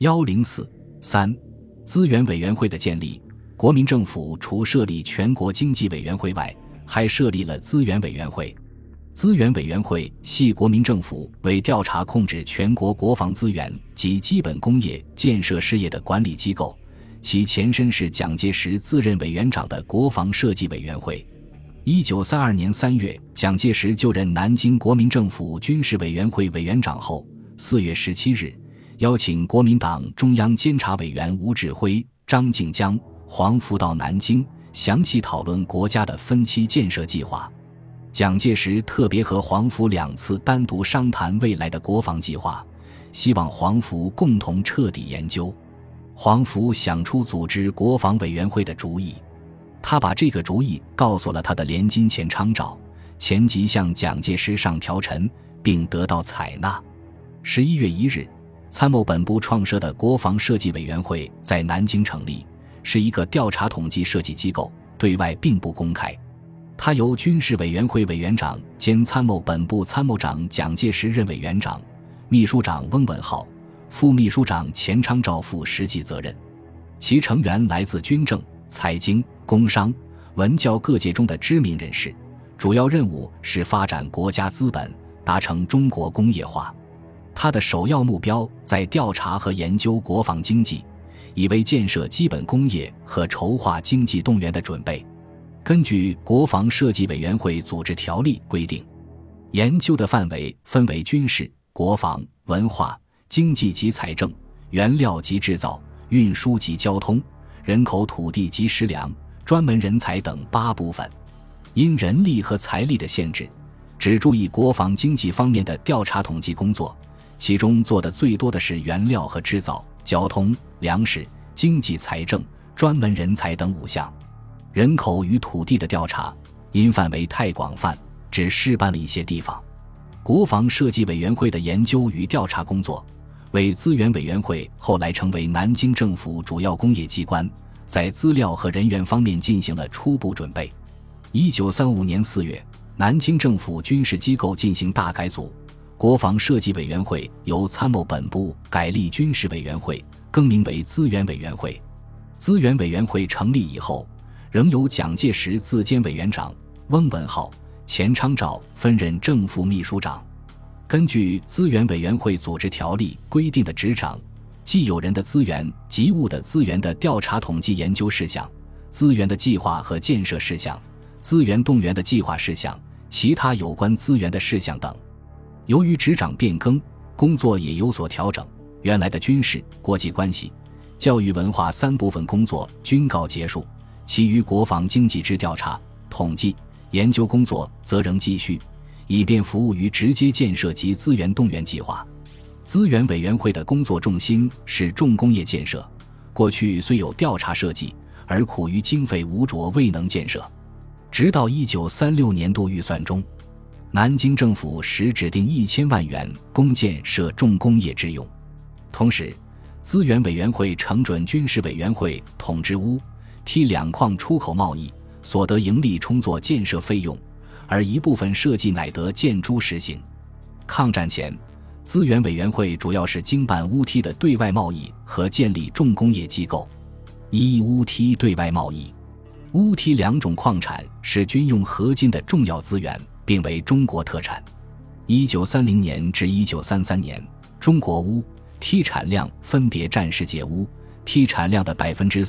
104.3资源委员会的建立。国民政府除设立全国经济委员会外，还设立了资源委员会。资源委员会系国民政府为调查控制全国国防资源及基本工业建设事业的管理机构，其前身是蒋介石自任委员长的国防设计委员会。1932年3月，蒋介石就任南京国民政府军事委员会委员长后，4月17日，邀请国民党中央监察委员吴志辉、张静江、黄福到南京，详细讨论国家的分期建设计划。蒋介石特别和黄福2次单独商谈未来的国防计划，希望黄福共同彻底研究。黄福想出组织国防委员会的主意，他把这个主意告诉了他的联军钱昌照，前即向蒋介石上条陈，并得到采纳。11月1日，参谋本部创设的国防设计委员会在南京成立，是一个调查统计设计机构，对外并不公开。它由军事委员会委员长兼参谋本部参谋长蒋介石任委员长，秘书长翁文灏，副秘书长钱昌照负实际责任。其成员来自军政、财经、工商、文教各界中的知名人士，主要任务是发展国家资本，达成中国工业化。它的首要目标在调查和研究国防经济，以为建设基本工业和筹划经济动员的准备。根据国防设计委员会组织条例规定，研究的范围分为军事、国防、文化、经济及财政、原料及制造、运输及交通、人口土地及食粮、专门人才等8部分。因人力和财力的限制，只注意国防经济方面的调查统计工作，其中做得最多的是原料和制造、交通、粮食、经济财政、专门人才等5项。人口与土地的调查因范围太广泛，只试办了一些地方。国防设计委员会的研究与调查工作，为资源委员会后来成为南京政府主要工业机关，在资料和人员方面进行了初步准备。1935年4月，南京政府军事机构进行大改组，国防设计委员会由参谋本部改立军事委员会，更名为资源委员会。资源委员会成立以后，仍由蒋介石自兼委员长，翁文灏、钱昌照分任正副秘书长。根据资源委员会组织条例规定的职掌，既有人的资源及物的资源的调查统计研究事项、资源的计划和建设事项、资源动员的计划事项、其他有关资源的事项等。由于职掌变更，工作也有所调整，原来的军事、国际关系、教育文化3部分工作均告结束，其余国防经济之调查、统计、研究工作则仍继续，以便服务于直接建设及资源动员计划。资源委员会的工作重心是重工业建设，过去虽有调查设计，而苦于经费无着，未能建设。直到1936年度预算中，南京政府时指定1000万元供建设重工业之用。同时，资源委员会承准军事委员会统治钨、锑2矿出口贸易，所得盈利充作建设费用，而一部分设计乃得建诸实行。抗战前，资源委员会主要是经办钨锑的对外贸易和建立重工业机构。钨锑对外贸易，钨锑2种矿产是军用合金的重要资源，并为中国特产。1930年至1933年，中国钨、锑产量分别占世界钨、锑产量的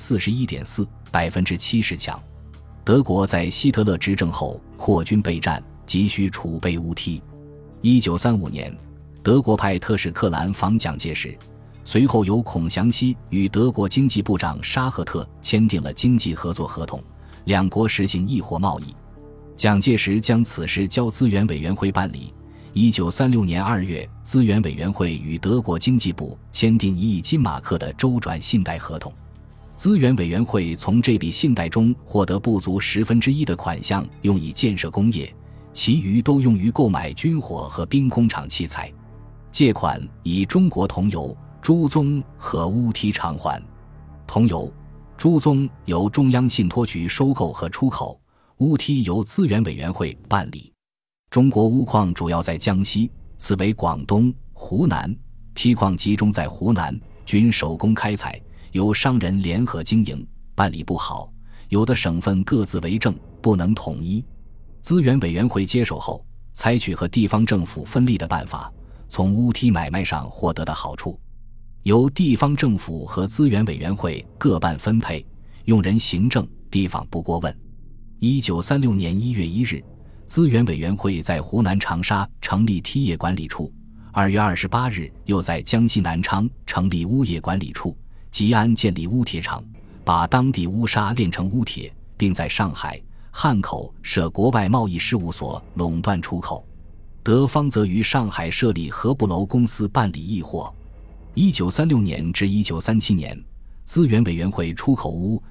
41.4%、70%强。德国在希特勒执政后扩军备战，急需储备钨锑。1935年，德国派特使克兰访蒋介石，随后由孔祥熙与德国经济部长沙赫特签订了经济合作合同，两国实行易货贸易。蒋介石将此事交资源委员会办理。1936年2月，资源委员会与德国经济部签订1亿金马克的周转信贷合同。资源委员会从这笔信贷中获得不足1/10的款项，用以建设工业，其余都用于购买军火和兵工厂器材。借款以中国桐油、朱宗和钨锑偿还。桐油、朱宗由中央信托局收购和出口，钨锑由资源委员会办理。中国钨矿主要在江西，次为广东、湖南，锑矿集中在湖南， 均手工开采，由商人联合经营，办理不好，有的省份各自为政，不能统一。资源委员会接手后，采取和地方政府分立的办法，从乌梯买卖上获得的好处，由地方政府和资源委员会各半分配，用人行政，地方不过问。1936年1月1日，资源委员会在湖南长沙成立梯业管理处，2月28日又在江西南昌成立钨业管理处，吉安建立钨铁厂，把当地钨砂炼成钨铁，并在上海、汉口设国外贸易事务所垄断出口。德方则于上海设立合布楼公司办理易货。1936年至1937年，资源委员会出口钨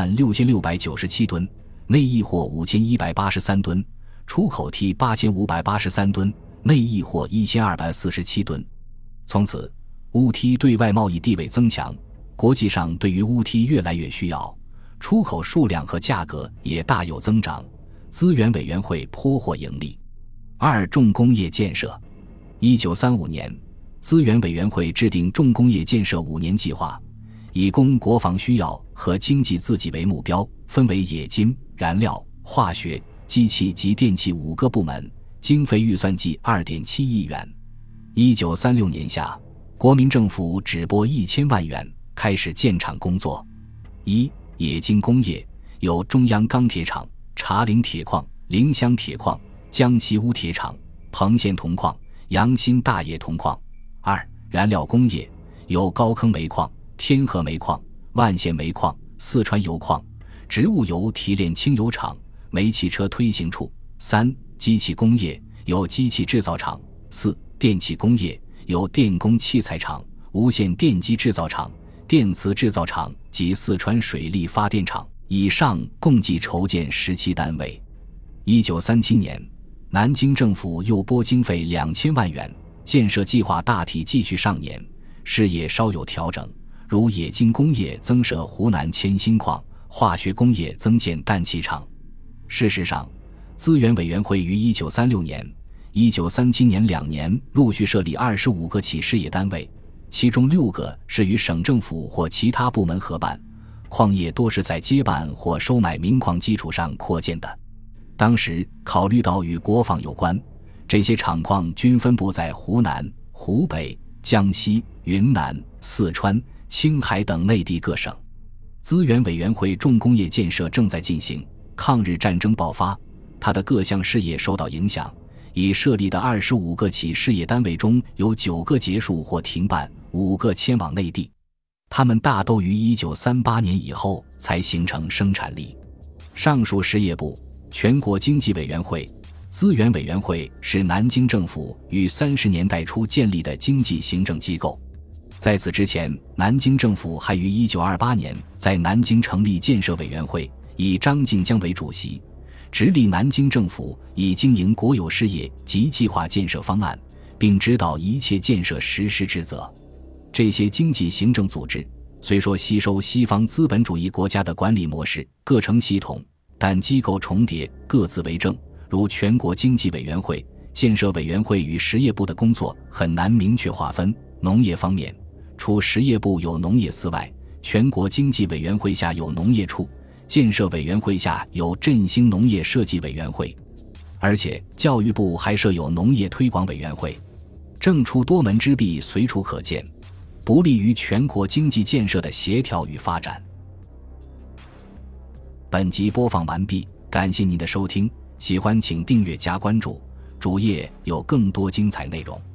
16697吨，内易货5183吨，出口梯8583吨，内易货1247吨。从此，钨梯对外贸易地位增强，国际上对于钨梯越来越需要，出口数量和价格也大有增长，资源委员会颇获盈利。2、重工业建设。1935年，资源委员会制定重工业建设5年计划，以供国防需要和经济自给为目标，分为冶金、燃料、化学、机器及电气5个部门，经费预算计2.7亿元。1936年夏，国民政府只拨1000万元，开始建厂工作。1、冶金工业，有中央钢铁厂、茶陵铁矿、临湘铁矿、江西钨铁厂、彭县铜矿、阳新大冶铜矿。2、燃料工业，有高坑煤矿、天河煤矿、万县煤矿、四川油矿、植物油提炼轻油厂、煤汽车推行处。3、机器工业，有机器制造厂。4、电气工业，有电工器材厂、无线电机制造厂、电磁制造厂及四川水力发电厂。以上共计筹建17单位。1937年，南京政府又拨经费2000万元，建设计划大体继续上演，事业稍有调整，如冶金工业增设湖南铅锌矿，化学工业增建氮气厂。事实上，资源委员会于1936年、1937年2年陆续设立25个企事业单位，其中6个是与省政府或其他部门合办，矿业多是在接办或收买民矿基础上扩建的。当时考虑到与国防有关，这些厂矿均分布在湖南、湖北、江西、云南、四川、青海等内地各省。资源委员会重工业建设正在进行，抗日战争爆发，它的各项事业受到影响，已设立的25个企事业单位中有9个结束或停办，5个迁往内地。它们大都于1938年以后才形成生产力。上述事业部、全国经济委员会、资源委员会是南京政府于30年代初建立的经济行政机构。在此之前，南京政府还于1928年在南京成立建设委员会，以张静江为主席，直隶南京政府以经营国有事业及计划建设方案，并指导一切建设实施职责。这些经济行政组织虽说吸收西方资本主义国家的管理模式，各成系统，但机构重叠，各自为政，如全国经济委员会、建设委员会与实业部的工作很难明确划分。农业方面，除实业部有农业司外，全国经济委员会下有农业处，建设委员会下有振兴农业设计委员会，而且教育部还设有农业推广委员会。政出多门之弊随处可见，不利于全国经济建设的协调与发展。本集播放完毕，感谢您的收听，喜欢请订阅加关注，主页有更多精彩内容。